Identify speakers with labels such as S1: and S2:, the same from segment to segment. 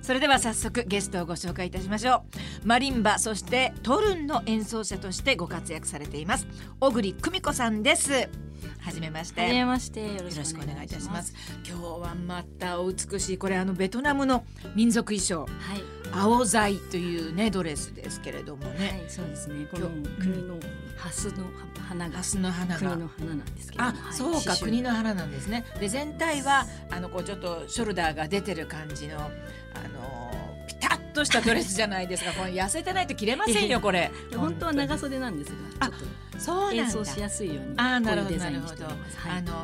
S1: それでは早速ゲストをご紹介いたしましょう。マリンバそしてトルンの演奏者としてご活躍されています小栗久美子さんです。はじめまして。
S2: はじめまして。よ
S1: ろしくお願いいたします。今日はまたお美しいこれベトナムの民族衣装、青材というねドレスですけれどもね。
S2: そうですね。この国のハスの花が国の花なんですけど、
S1: そうか、国の花なんですね。で全体はこうちょっとショルダーが出てる感じのピタッとしたドレスじゃないですか。これ痩せてないと着れませんよこれ。
S2: 本当は長袖なんですが、ちょっと演奏しやすいようにこういうデザインにしております。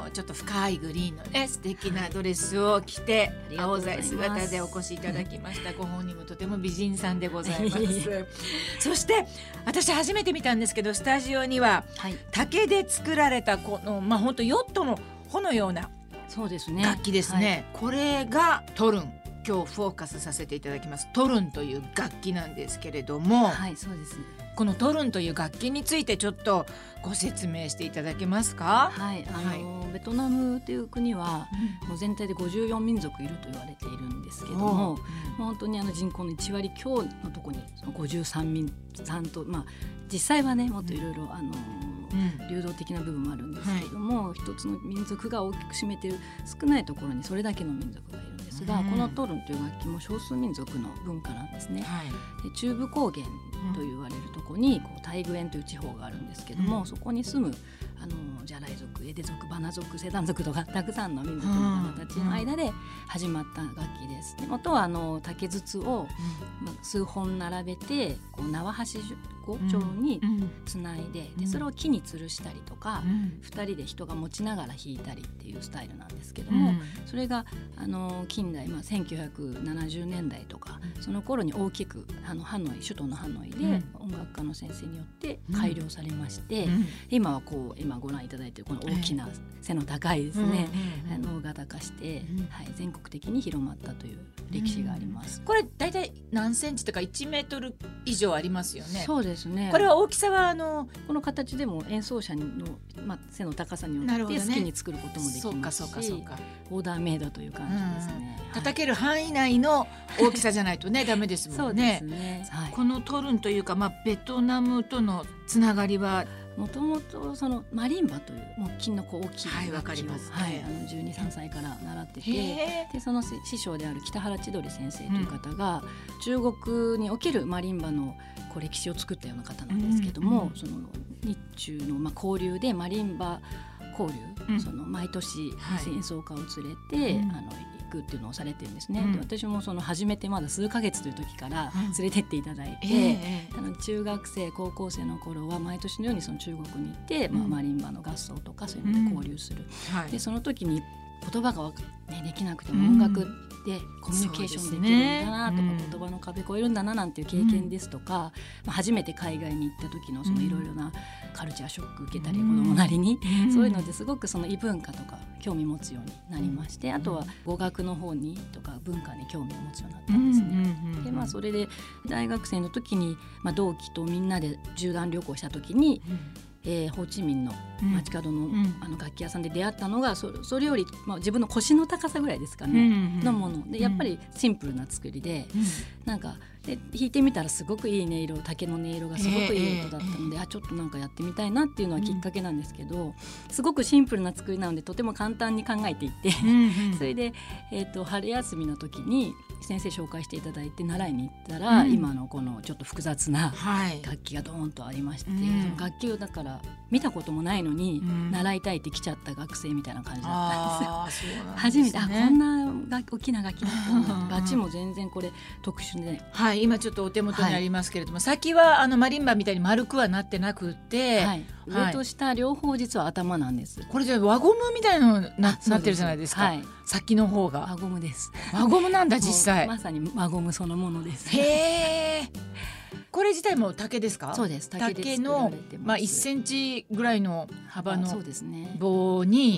S1: ちょっと深いグリーンのね素敵なドレスを着て、青材姿でお越しいただきました。ご本人もとても美人さんでございますそして私初めて見たんですけど、スタジオには竹で作られたこの本当ヨットの帆のような楽器ですね。これがトルン。今日フォーカスさせていただきますトルンという楽器なんですけれども、
S2: そうですね。
S1: このトルンという楽器についてちょっとご説明していただけますか。
S2: ベトナムという国はもう全体で54民族いると言われているんですけども、本当に人口の1割強のところにその53民さんと、実際はねもっといろいろ流動的な部分もあるんですけども、一つの民族が大きく占めている少ないところにそれだけの民族がいるんですが、このトルンという楽器も少数民族の文化なんですね。で中部高原と言われるところにタイグエンという地方があるんですけども、そこに住むジャライ族、エデ族、バナ族、セダン族とかたくさんの民族の方たちの間で始まった楽器です。で元は竹筒を数本並べて縄端状につないで、それを木に吊るしたりとか、2人で人が持ちながら弾いたりっていうスタイルなんですけども、それが近代、1970年代とかその頃に大きくハノイ、首都のハノイで音楽家の先生によって改良されまして、今は今ご覧いただいているこの大きな背の高いですね、大型化して、全国的に広まったという歴史があります。
S1: これだいたい何センチとか1メートル以上ありますよね。
S2: そうですね。
S1: これは大きさは
S2: この形でも演奏者の、背の高さによって好きに作ることもできますし、オーダーメイドという感じですね。
S1: 叩ける範囲内の大きさじゃないとねダメですもんね。
S2: そうですね。
S1: このトルンというか、ベトナムとのつながりは
S2: もともとそのマリンバという木琴の大きい楽器を、12、3歳から習ってて、でその師匠である北原千鳥先生という方が、中国におけるマリンバの歴史を作ったような方なんですけども、その日中の交流でマリンバ交流、その毎年演奏家を連れて、行くっていうのをされてるんですね。で私も始めてまだ数ヶ月という時から連れてっていただいて、中学生高校生の頃は毎年のようにその中国に行って、マリンバの合奏とかそういうので交流する、でその時に言葉ができなくても音楽でコミュニケーションできるんだなとか、言葉の壁越えるんだななんていう経験ですとか、初めて海外に行った時のそのいろいろなカルチャーショック受けたり、子供なりに、そういうのですごくその異文化とか興味持つようになりまして、あとは語学の方にとか文化に興味を持つようになったんですね。でそれで大学生の時に、同期とみんなで縦断旅行した時に、ホーチミンの街角の、楽器屋さんで出会ったのが、それより、自分の腰の高さぐらいですかね、のもので、やっぱりシンプルな作りで、なんかで弾いてみたらすごくいい音色、竹の音色がすごくいい音だったので、ちょっとなんかやってみたいなっていうのはきっかけなんですけど、すごくシンプルな作りなのでとても簡単に考えていって、それで、春休みの時に先生紹介していただいて習いに行ったら、今のこのちょっと複雑な楽器がドーンとありまして、その楽器をだから見たこともないのに、習いたいって来ちゃった学生みたいな感じだったんですよ。初めてこんな大きな楽器だったんだ。楽器も全然これ特殊で、
S1: 今ちょっとお手元にありますけれども、先はマリンバみたいに丸くはなってなくて、
S2: 上と下両方実は頭なんです。
S1: これじゃ輪ゴムみたいなの なってるじゃないですか。先の方が
S2: 輪ゴムです。
S1: 輪ゴムなんだ実際。
S2: まさに輪ゴムそのものです。
S1: これ自体も竹ですか？
S2: そうです。
S1: 竹の1センチぐらいの幅の
S2: そうですね。
S1: 棒に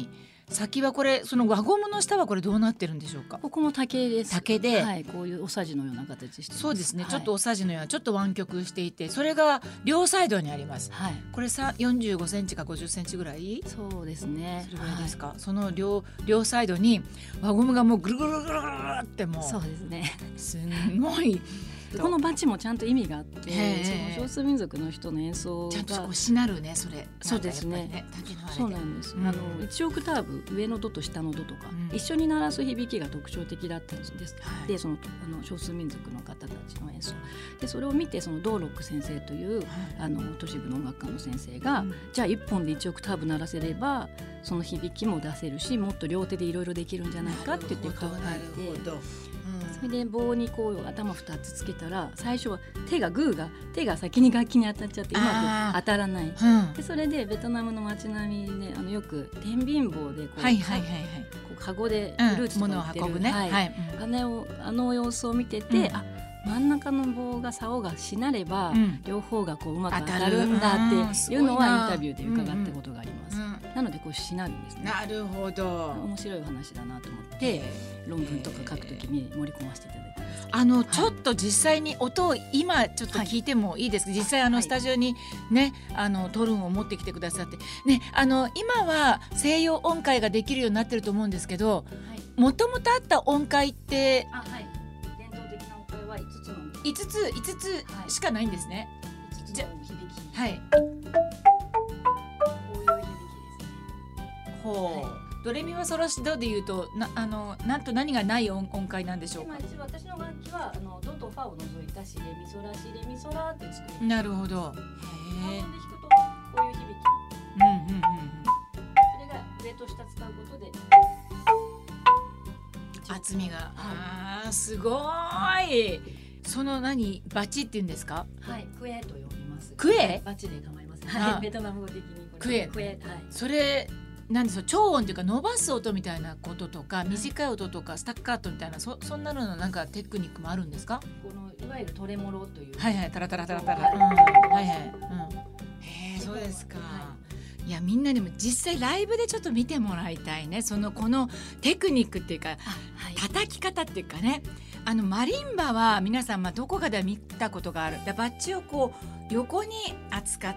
S1: 先はこれその輪ゴムの下はこれどうなってるんでしょうか。
S2: ここも竹です。
S1: 竹で、
S2: はい、こういうおさじのような形してます。
S1: そうですね、
S2: はい、
S1: ちょっとおさじのようなちょっと湾曲していて、それが両サイドにあります。
S2: はい、
S1: これ45センチか50センチぐらい。
S2: そうですね。
S1: それぐらいですか。はい、その両サイドに輪ゴムがもうぐるぐるぐるぐるってもう。
S2: そうですね。
S1: すごい。
S2: このバチもちゃんと意味があって、その少数民族の人の演奏が
S1: ちゃんとこうしなるね、それ。
S2: そうですね。そうなんです。1オクターブ上のドと下のドとか、一緒に鳴らす響きが特徴的だったんです。で、その少数民族の方たちの演奏で、それを見てそのドーロック先生という都市部の音楽家の先生が、じゃあ1本で1オクターブ鳴らせればその響きも出せるし、もっと両手でいろいろできるんじゃないかって言って考えて。それで棒にこう頭2つつけたら、最初は手が先に楽器に当たっちゃってうまく当たらない、でそれでベトナムの街並みでよく天秤棒でこうカゴでフルーツとか売ってる、
S1: 物を運ぶね、
S2: あの様子を見てて、真ん中の棒が竿がしなれば、両方がこううまく当たるんだっていうのはインタビューで伺ったことがあります。なのでこうしなるんですね。
S1: なるほど。
S2: 面白い話だなと思って論文とか書くときに盛り込ませていただいたんです。
S1: ちょっと実際に音を今ちょっと聞いてもいいですか。実際スタジオにねトルンを持ってきてくださってね、今は西洋音階ができるようになってると思うんですけど、もともとあった音階って
S2: 伝統的な音階は
S1: 5つしかないんですね。
S2: じゃ響き、
S1: はい。ドレミファソラシドでいうとなんと何がない音階なんでしょうか。
S2: 私の楽器はドとファを除いたシレミソラシレミソラって作り。
S1: なるほど。
S2: へえ。で弾くとこういう響き。それが上と下使うことで
S1: 厚みが。すごい。そのバチって言うんですか。
S2: はい、クエと呼びます。
S1: クエ？
S2: バチで構いません。はい、ベトナム語的に
S1: クエ。はい。それなんでしょう、超音というか伸ばす音みたいなこととか、短い音とかスタッカートみたいな、そんなのなんかテクニックもあるんですか。
S2: このいわゆるトレモロという。
S1: タラタラタラタラ。そうですか。いや、みんなにも実際ライブでちょっと見てもらいたいね。このテクニックっていうか、叩き方っていうかね。マリンバは皆さんどこかで見たことがある。バッチをこう横に扱って、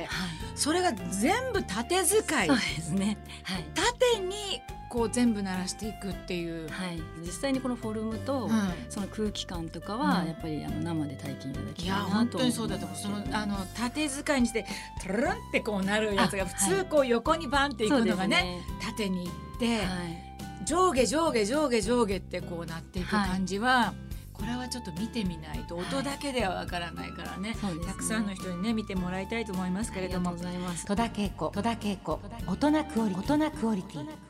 S1: それが全部縦使い。
S2: そうですね。
S1: 縦にこう全部鳴らしていくっていう。
S2: 実際にこのフォルムと、その空気感とかはやっぱり生で体験いただきたいなと思います。いや、本当にそうだと思う。縦使いにしてトルンってこうなるやつが普通こう横にバンっていくのがね、縦にいって。上下上下上下上下ってこうなっていく感じは、これはちょっと見てみないと音だけではわからないからね、たくさんの人にね見てもらいたいと思いますけれども。 ありがとうございます。
S1: 戸田恵子大人クオリティ。